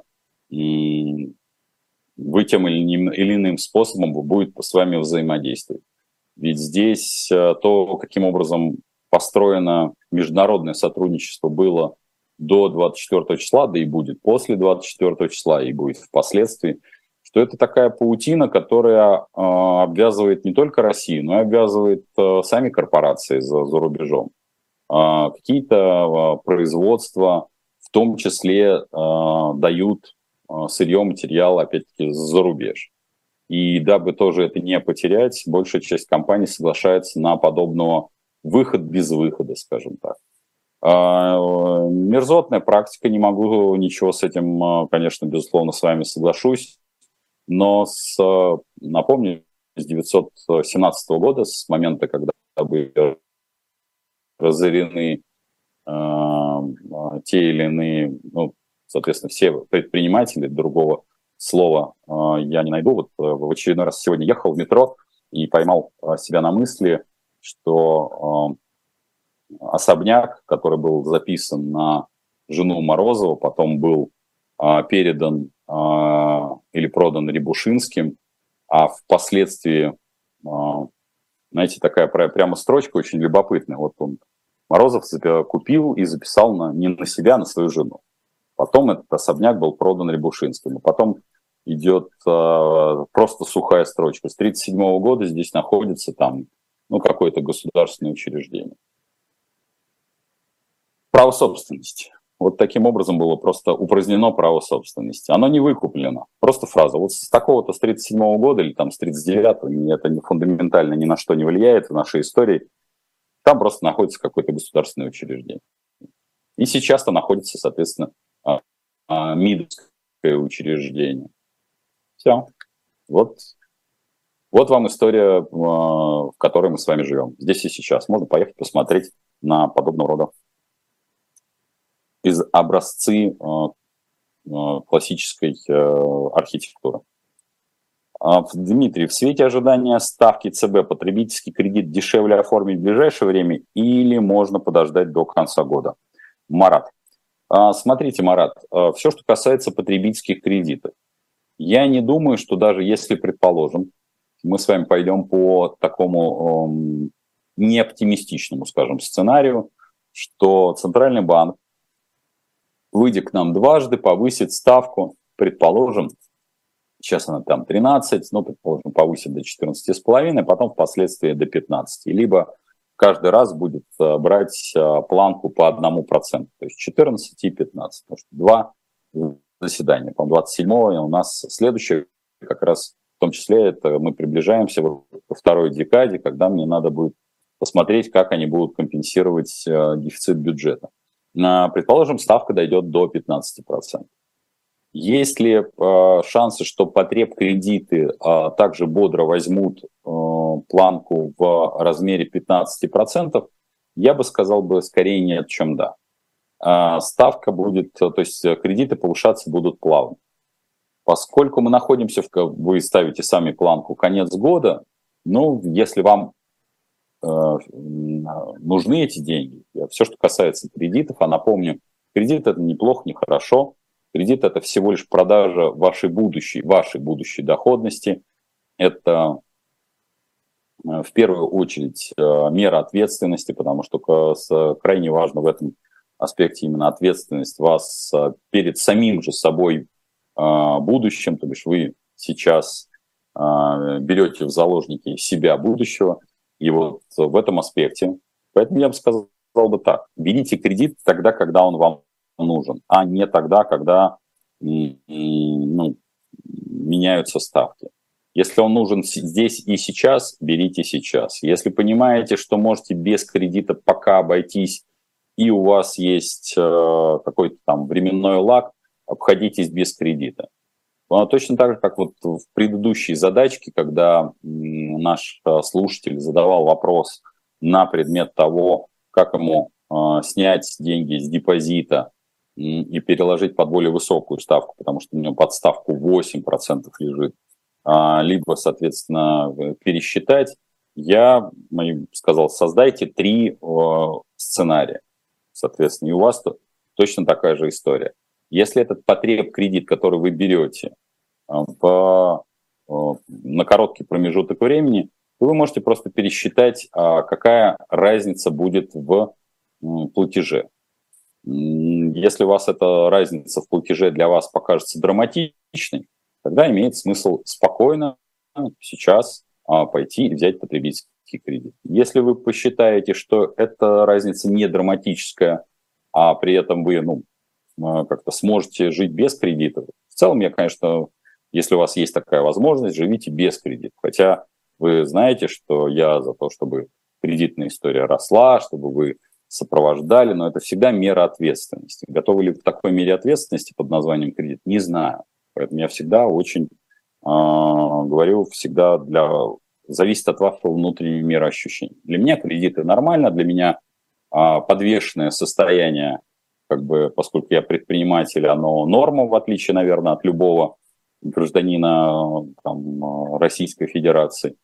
вы тем или иным, или иным способом будет с вами взаимодействовать. Ведь здесь то, каким образом построено международное сотрудничество было до двадцать четвёртого числа, да и будет после двадцать четвёртого числа, и будет впоследствии, что это такая паутина, которая э, обвязывает не только Россию, но и обвязывает э, сами корпорации за, за рубежом. Э, какие-то э, производства в том числе э, дают э, сырье, материал, опять-таки, за рубеж. И дабы тоже это не потерять, большая часть компаний соглашается на подобного выход без выхода, скажем так. Э, мерзотная практика, не могу ничего с этим, конечно, безусловно, с вами соглашусь. Но с, напомню, с девятьсот семнадцатого года, с момента, когда были разорены э, те или иные, ну, соответственно, все предприниматели, другого слова э, я не найду. Вот э, в очередной раз сегодня ехал в метро и поймал э, себя на мысли, что э, особняк, который был записан на жену Морозова, потом был э, передан или продан Рябушинским, а впоследствии, знаете, такая прямо строчка очень любопытная. Вот он, Морозов купил и записал на, не на себя, а на свою жену. Потом этот особняк был продан Рябушинским. Потом идет просто сухая строчка. С тридцать седьмого года здесь находится там, ну, какое-то государственное учреждение. Право собственности. Вот таким образом было просто упразднено право собственности. Оно не выкуплено. Просто фраза. Вот с такого-то, с тридцать седьмого года или там с тридцать девятого, это не фундаментально ни на что не влияет в нашей истории. Там просто находится какое-то государственное учреждение. И сейчас-то находится, соответственно, МИДовское учреждение. Все. Вот, вот вам история, в которой мы с вами живем. Здесь и сейчас. Можно поехать посмотреть на подобного рода из образцы э, э, классической э, архитектуры. А, Дмитрий, в свете ожидания ставки ЦБ потребительский кредит дешевле оформить в ближайшее время или можно подождать до конца года? Марат. А, смотрите, Марат, а, все, что касается потребительских кредитов, я не думаю, что даже если, предположим, мы с вами пойдем по такому э, неоптимистичному, скажем, сценарию, что Центральный банк, выйдя к нам дважды, повысит ставку, предположим, сейчас она там тринадцать, ну, предположим, повысит до четырнадцати с половиной, потом впоследствии до пятнадцати. Либо каждый раз будет брать планку по одному проценту, то есть четырнадцать и пятнадцать. Потому что два заседания. По-моему, двадцать седьмого у нас следующее, как раз в том числе, это мы приближаемся ко второй декаде, когда мне надо будет посмотреть, как они будут компенсировать дефицит бюджета. Предположим, ставка дойдет до пятнадцати процентов. Есть ли э, шансы, что потребкредиты э, также бодро возьмут э, планку в размере пятнадцати процентов? Я бы сказал бы скорее нет, чем да. Э, ставка будет, то есть кредиты повышаться будут плавно. Поскольку мы находимся, в, вы ставите сами планку конец года, ну, если вам э, нужны эти деньги, все, что касается кредитов, а напомню, кредит это неплохо, не хорошо. Кредит – это всего лишь продажа вашей будущей, вашей будущей доходности. Это в первую очередь мера ответственности, потому что крайне важно в этом аспекте именно ответственность вас перед самим же собой будущим. То бишь вы сейчас берете в заложники себя будущего. И вот в этом аспекте, поэтому я бы сказал бы так, берите кредит тогда, когда он вам нужен, а не тогда, когда ну, меняются ставки. Если он нужен здесь и сейчас, берите сейчас. Если понимаете, что можете без кредита пока обойтись, и у вас есть э, какой-то там временной лаг, обходитесь без кредита. Но точно так же, как вот в предыдущей задачке, когда наш слушатель задавал вопрос на предмет того, как ему э, снять деньги с депозита и переложить под более высокую ставку, потому что у него под ставку восемь процентов лежит, либо, соответственно, пересчитать, я сказал, создайте три сценария, соответственно, и у вас точно такая же история. Если этот потреб-кредит, который вы берете по, на короткий промежуток времени, то вы можете просто пересчитать, какая разница будет в платеже. Если у вас эта разница в платеже для вас покажется драматичной, тогда имеет смысл спокойно сейчас пойти и взять потребительский кредит. Если вы посчитаете, что эта разница не драматическая, а при этом вы ну, как-то сможете жить без кредита, в целом я, конечно, если у вас есть такая возможность, живите без кредита. Хотя вы знаете, что я за то, чтобы кредитная история росла, чтобы вы сопровождали, но это всегда мера ответственности. Готовы ли в такой мере ответственности под названием кредит? Не знаю. Поэтому я всегда очень э, говорю, всегда для, зависит от вашего внутреннего мира ощущений. Для меня кредиты нормально, для меня э, подвешенное состояние, как бы, поскольку я предприниматель, оно норма, в отличие, наверное, от любого гражданина там, Российской Федерации.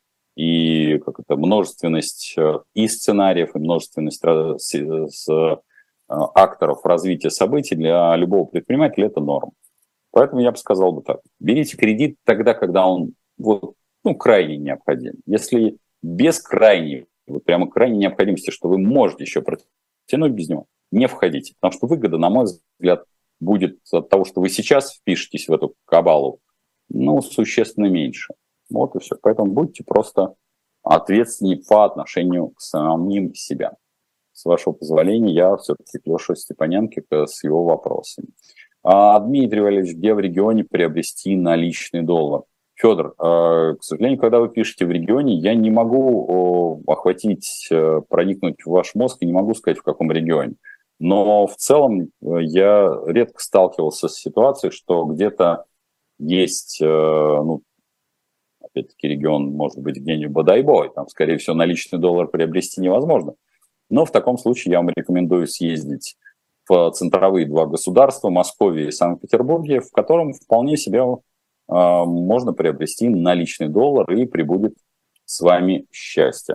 И как это, множественность и сценариев, и множественность с, с, акторов развития событий для любого предпринимателя – это норма. Поэтому я бы сказал бы так. Берите кредит тогда, когда он вот, ну, крайне необходим. Если без крайней, вот прямо крайней необходимости, что вы можете еще протянуть без него, не входите. Потому что выгода, на мой взгляд, будет от того, что вы сейчас впишетесь в эту кабалу, ну, существенно меньше. Вот и все. Поэтому будьте просто ответственнее по отношению к самим себе. С вашего позволения, я все-таки к Леше Степаненко с его вопросами. А, Дмитрий Валерьевич, где в регионе приобрести наличный доллар? Федор, к сожалению, когда вы пишете в регионе, я не могу охватить, проникнуть в ваш мозг и не могу сказать, в каком регионе. Но в целом я редко сталкивался с ситуацией, что где-то есть, ну, опять-таки, регион может быть где-нибудь Бодайбой, там, скорее всего, наличный доллар приобрести невозможно. Но в таком случае я вам рекомендую съездить в центровые два государства, Московии и Санкт-Петербурге, в котором вполне себе э, можно приобрести наличный доллар и прибудет с вами счастье.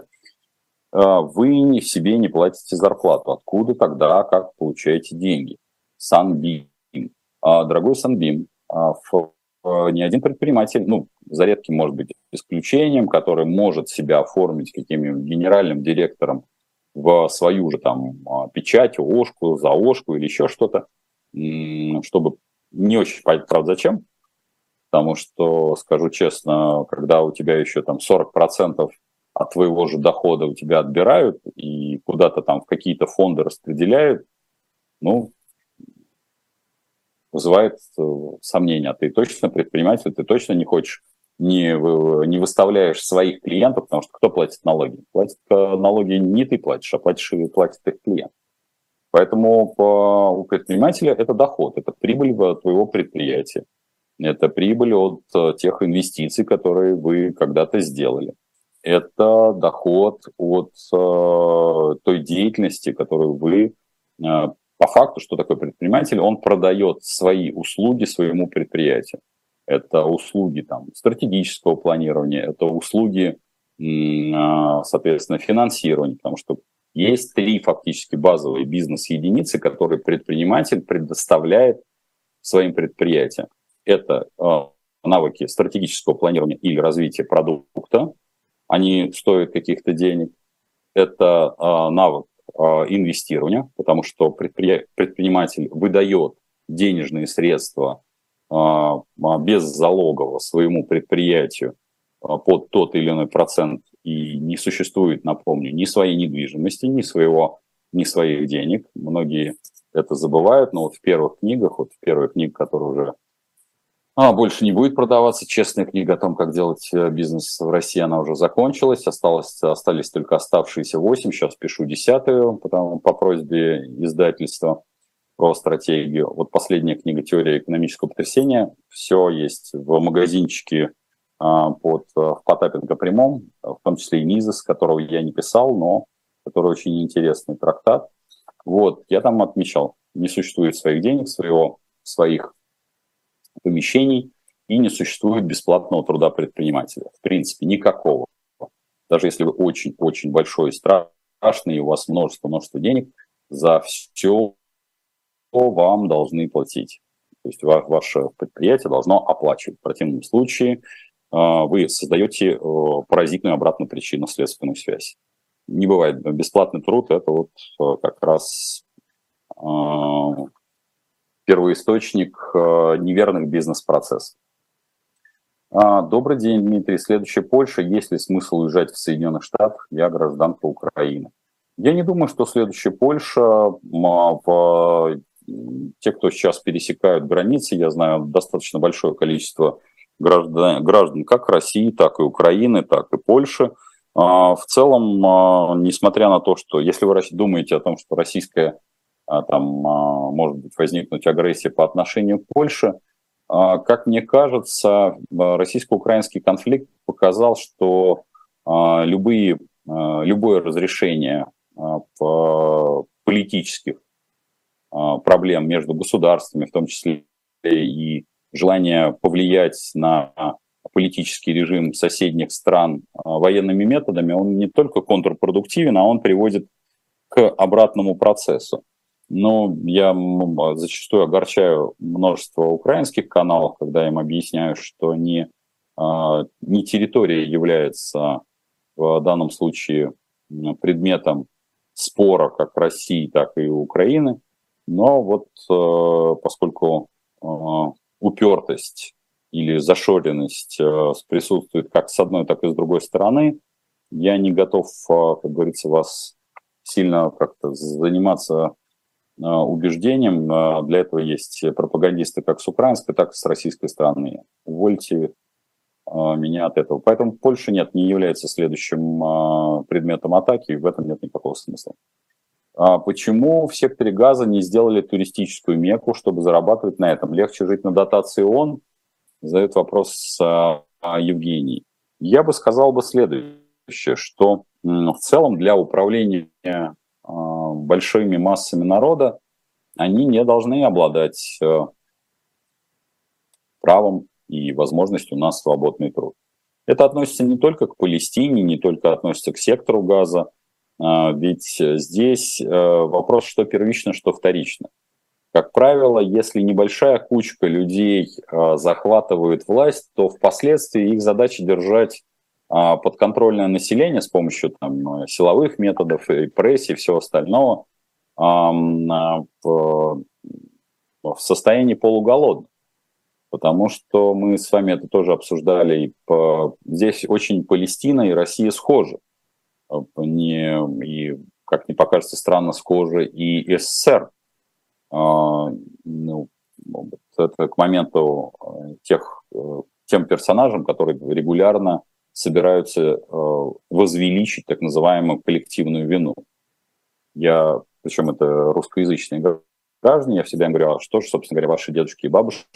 Э, вы себе не платите зарплату. Откуда тогда, как получаете деньги? Санбим. Э, дорогой Санбим, э, в ни один предприниматель, ну, за редким, может быть, исключением, который может себя оформить каким-нибудь генеральным директором в свою же там печать, ООшку, ЗАОшку или еще что-то, чтобы не очень понять, правда, зачем. Потому что, скажу честно, когда у тебя еще там сорок процентов от твоего же дохода у тебя отбирают и куда-то там в какие-то фонды распределяют, ну, вызывает сомнения. А ты точно предприниматель, ты точно не хочешь, не, не выставляешь своих клиентов, потому что кто платит налоги? Платит налоги не ты платишь, а платишь и платит их клиент. Поэтому по, у предпринимателя это доход, это прибыль твоего предприятия. Это прибыль от тех инвестиций, которые вы когда-то сделали. Это доход от э, той деятельности, которую вы... Э, по факту, что такое предприниматель? Он продает свои услуги своему предприятию. Это услуги там, стратегического планирования, это услуги, э, соответственно, финансирования, потому что есть три фактически базовые бизнес-единицы, которые предприниматель предоставляет своим предприятиям. Это э, навыки стратегического планирования или развития продукта, они стоят каких-то денег. Это э, навык э, инвестирования, потому что предпри... предприниматель выдает денежные средства э, беззалогово своему предприятию э, под тот или иной процент и не существует, напомню, ни своей недвижимости, ни, своего, ни своих денег. Многие это забывают, но вот в первых книгах, вот в первых книгах, которые уже А, больше не будет продаваться. Честная книга о том, как делать бизнес в России, она уже закончилась. Осталось, остались только оставшиеся восемь. Сейчас пишу десятую, потому, по просьбе издательства про стратегию. Вот последняя книга «Теория экономического потрясения». Все есть в магазинчике а, под, в Потапенко прямом, в том числе и Мизес, которого я не писал, но который очень интересный трактат. Вот, я там отмечал, не существует своих денег, своего, своих помещений, и не существует бесплатного труда предпринимателя. В принципе, никакого. Даже если вы очень-очень большой и страшный, и у вас множество-множество денег, за все вам должны платить. То есть ваше предприятие должно оплачивать. В противном случае вы создаете паразитную обратную причинно-следственную связь. Не бывает. Бесплатный труд – это вот как раз первоисточник неверных бизнес-процессов. Добрый день, Дмитрий. Следующая Польша. Есть ли смысл уезжать в Соединенных Штатах? Я гражданка Украины. Я не думаю, что следующая Польша, в... те, кто сейчас пересекают границы, я знаю достаточно большое количество граждан, граждан как России, так и Украины, так и Польши. В целом, несмотря на то, что если вы думаете о том, что российская там может быть возникнуть агрессия по отношению к Польше, как мне кажется, российско-украинский конфликт показал, что любые, любое разрешение политических проблем между государствами, в том числе и желание повлиять на политический режим соседних стран военными методами, он не только контрпродуктивен, а он приводит к обратному процессу. Но я зачастую огорчаю множество украинских каналов, когда им объясняю, что не, не территория является в данном случае предметом спора как России, так и Украины. Но вот поскольку упертость или зашоренность присутствует как с одной, так и с другой стороны, я не готов, как говорится, вас сильно как-то заниматься убеждением. Для этого есть пропагандисты как с украинской, так и с российской стороны. Увольте меня от этого. Поэтому Польша нет, не является следующим предметом атаки, и в этом нет никакого смысла. Почему в секторе газа не сделали туристическую мекку, чтобы зарабатывать на этом? Легче жить на дотации ООН? Задает вопрос Евгений. Я бы сказал бы следующее, что в целом для управления большими массами народа, они не должны обладать правом и возможностью на свободный труд. Это относится не только к Палестине, не только относится к сектору газа, ведь здесь вопрос, что первично, что вторично. Как правило, если небольшая кучка людей захватывает власть, то впоследствии их задача держать подконтрольное население с помощью там, силовых методов, репрессий и всего остального в, в состоянии полуголодном. Потому что мы с вами это тоже обсуждали. И по... Здесь очень Палестина и Россия схожи. Не... И, как мне покажется, странно схожи и СССР. А, ну, это к моменту тех, тем персонажам, которые регулярно собираются возвеличить так называемую коллективную вину. Я, причем это русскоязычные граждане, я всегда им говорю, а что же, собственно говоря, ваши дедушки и бабушки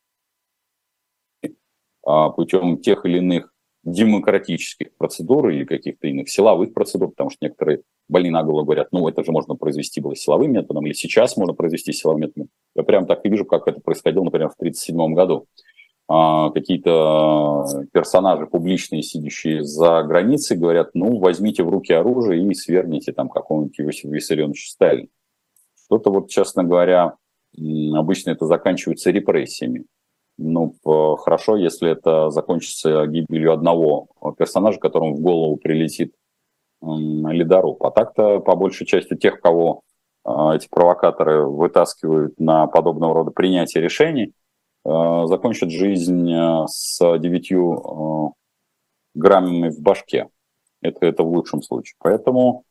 путем тех или иных демократических процедур или каких-то иных силовых процедур, потому что некоторые больные на голову говорят, ну, это же можно произвести было силовым методом, или сейчас можно произвести силовым методом. Я прям так и вижу, как это происходило, например, в тысяча девятьсот тридцать седьмом году. А, какие-то персонажи публичные, сидящие за границей, говорят, ну, возьмите в руки оружие и свергните там какого-нибудь Иосифа Виссарионовича Сталина. Что-то вот, честно говоря, обычно это заканчивается репрессиями. Ну, хорошо, если это закончится гибелью одного персонажа, которому в голову прилетит ледоруб. А так-то, по большей части, тех, кого эти провокаторы вытаскивают на подобного рода принятие решений, закончат жизнь с девятью граммами в башке. Это, это в лучшем случае. Поэтому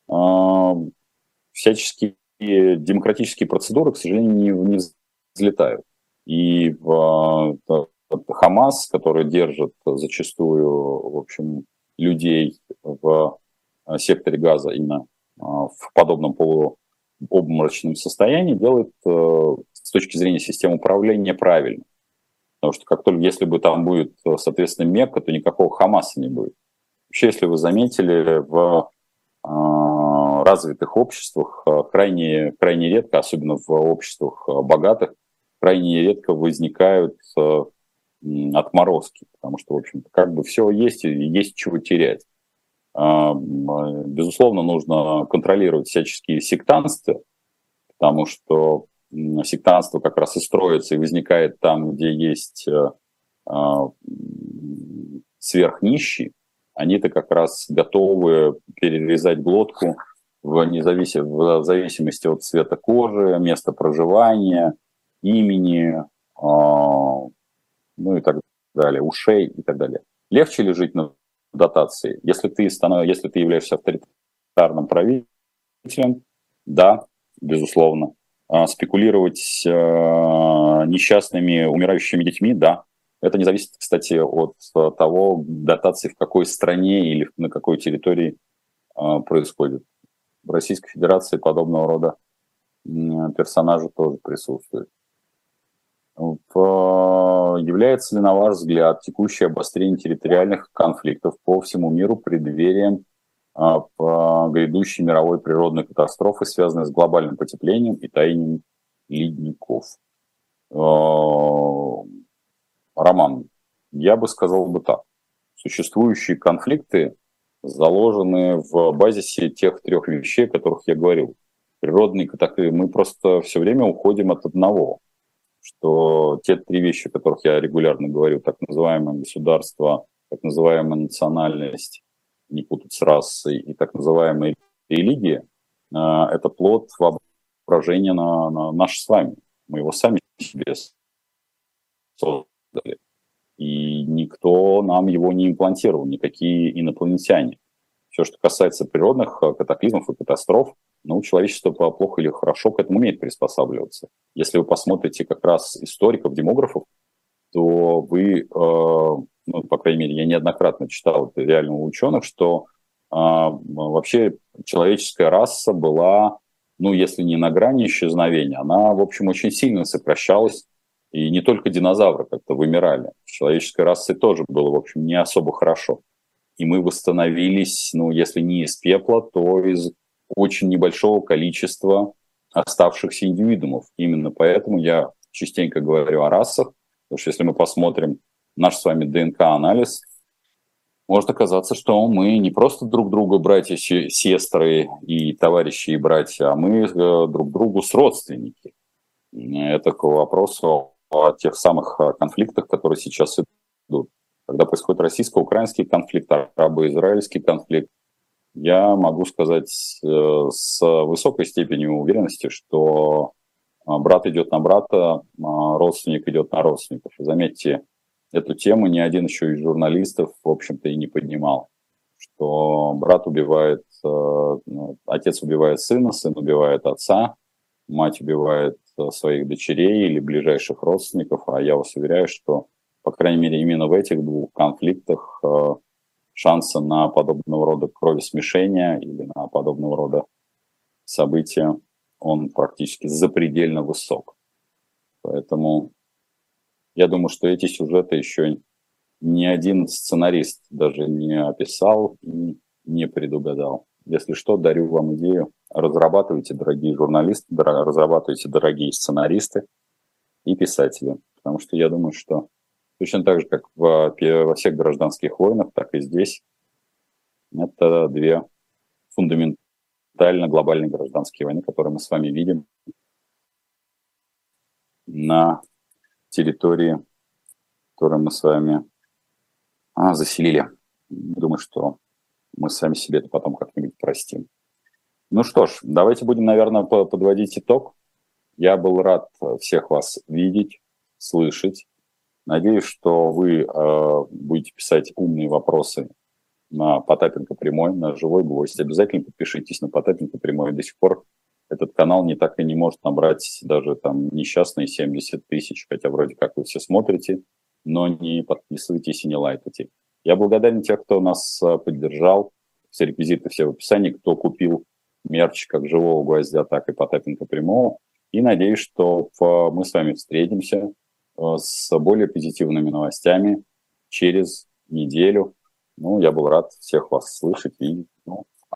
всяческие демократические процедуры, к сожалению, не, не взлетают. И э, Хамас, который держит зачастую, в общем, людей в секторе Газа именно э, в подобном полуобморочном состоянии, делает э, с точки зрения системы управления правильно. Потому что как только, если бы там будет, соответственно, Мекка, то никакого Хамаса не будет. Вообще, если вы заметили, в э, развитых обществах э, крайне, крайне редко, особенно в обществах э, богатых, крайне редко возникают э, отморозки, потому что, в общем-то, как бы все есть, и есть чего терять. Э, безусловно, нужно контролировать всяческие сектанства, потому что сектанство как раз и строится и возникает там, где есть э, э, сверхнищие. Они-то как раз готовы перерезать глотку в, независим... в зависимости от цвета кожи, места проживания, имени, э, ну и так далее, ушей и так далее. Легче ли жить на дотации? Если ты, станов... Если ты являешься авторитарным правителем, да, безусловно. А спекулировать э, несчастными, умирающими детьми, да. Это не зависит, кстати, от того, дотации в какой стране или на какой территории э, происходит. В Российской Федерации подобного рода э, персонажи тоже присутствуют. Является ли, на ваш взгляд, текущее обострение территориальных конфликтов по всему миру преддверием грядущей мировой природной катастрофы, связанной с глобальным потеплением и таянием ледников? Роман, я бы сказал бы так. Существующие конфликты заложены в базисе тех трех вещей, о которых я говорил. Природные катаклизмы. Мы просто все время уходим от одного. Что те три вещи, о которых я регулярно говорю, так называемое государство, так называемая национальность, не путать с расой, и так называемая религия, это плод воображения на, на наш с вами. Мы его сами себе создали. И никто нам его не имплантировал, никакие инопланетяне. Все, что касается природных катаклизмов и катастроф, ну, человечество плохо или хорошо к этому умеет приспосабливаться. Если вы посмотрите как раз историков, демографов, то вы, э, ну, по крайней мере, я неоднократно читал это реально у ученых, что э, вообще человеческая раса была, ну, если не на грани исчезновения, она, в общем, очень сильно сокращалась, и не только динозавры как-то вымирали. С человеческой расой тоже было, в общем, не особо хорошо. И мы восстановились, ну, если не из пепла, то из очень небольшого количества оставшихся индивидуумов. Именно поэтому я частенько говорю о расах, потому что если мы посмотрим наш с вами ДНК-анализ, может оказаться, что мы не просто друг друга братья, сестры и товарищи и братья, а мы друг другу сродственники. Это к вопросу о тех самых конфликтах, которые сейчас идут. когда происходит российско-украинский конфликт, арабо-израильский конфликт, я могу сказать э, с высокой степенью уверенности, что э, брат идет на брата, э, родственник идет на родственников. И заметьте, эту тему ни один еще из журналистов, в общем-то, и не поднимал, что брат убивает, э, отец убивает сына, сын убивает отца, мать убивает э, своих дочерей или ближайших родственников, а я вас уверяю, что, по крайней мере, именно в этих двух конфликтах э, шансы на подобного рода кровесмешения или на подобного рода события, он практически запредельно высок. Поэтому я думаю, что эти сюжеты еще ни один сценарист даже не описал и не предугадал. Если что, дарю вам идею. Разрабатывайте, дорогие журналисты, разрабатывайте, дорогие сценаристы и писатели. Потому что я думаю, что точно так же, как во, во всех гражданских войнах, так и здесь, это две фундаментально глобальные гражданские войны, которые мы с вами видим на территории, которую мы с вами а, заселили. Думаю, что мы сами себе это потом как-нибудь простим. Ну что ж, давайте будем, наверное, подводить итог. Я был рад всех вас видеть, слышать. Надеюсь, что вы э, будете писать умные вопросы на Потапенко Прямой, на Живой Гвоздь. Обязательно подпишитесь на Потапенко Прямой. До сих пор этот канал не так и не может набрать даже там несчастные семьдесят тысяч, хотя вроде как вы все смотрите, но не подписывайтесь и не лайкайте. Я благодарен тех, кто нас поддержал. Все реквизиты все в описании, кто купил мерч как Живого Гвоздя, так и Потапенко Прямого. И надеюсь, что мы с вами встретимся с более позитивными новостями через неделю. Ну, я был рад всех вас слышать, видеть.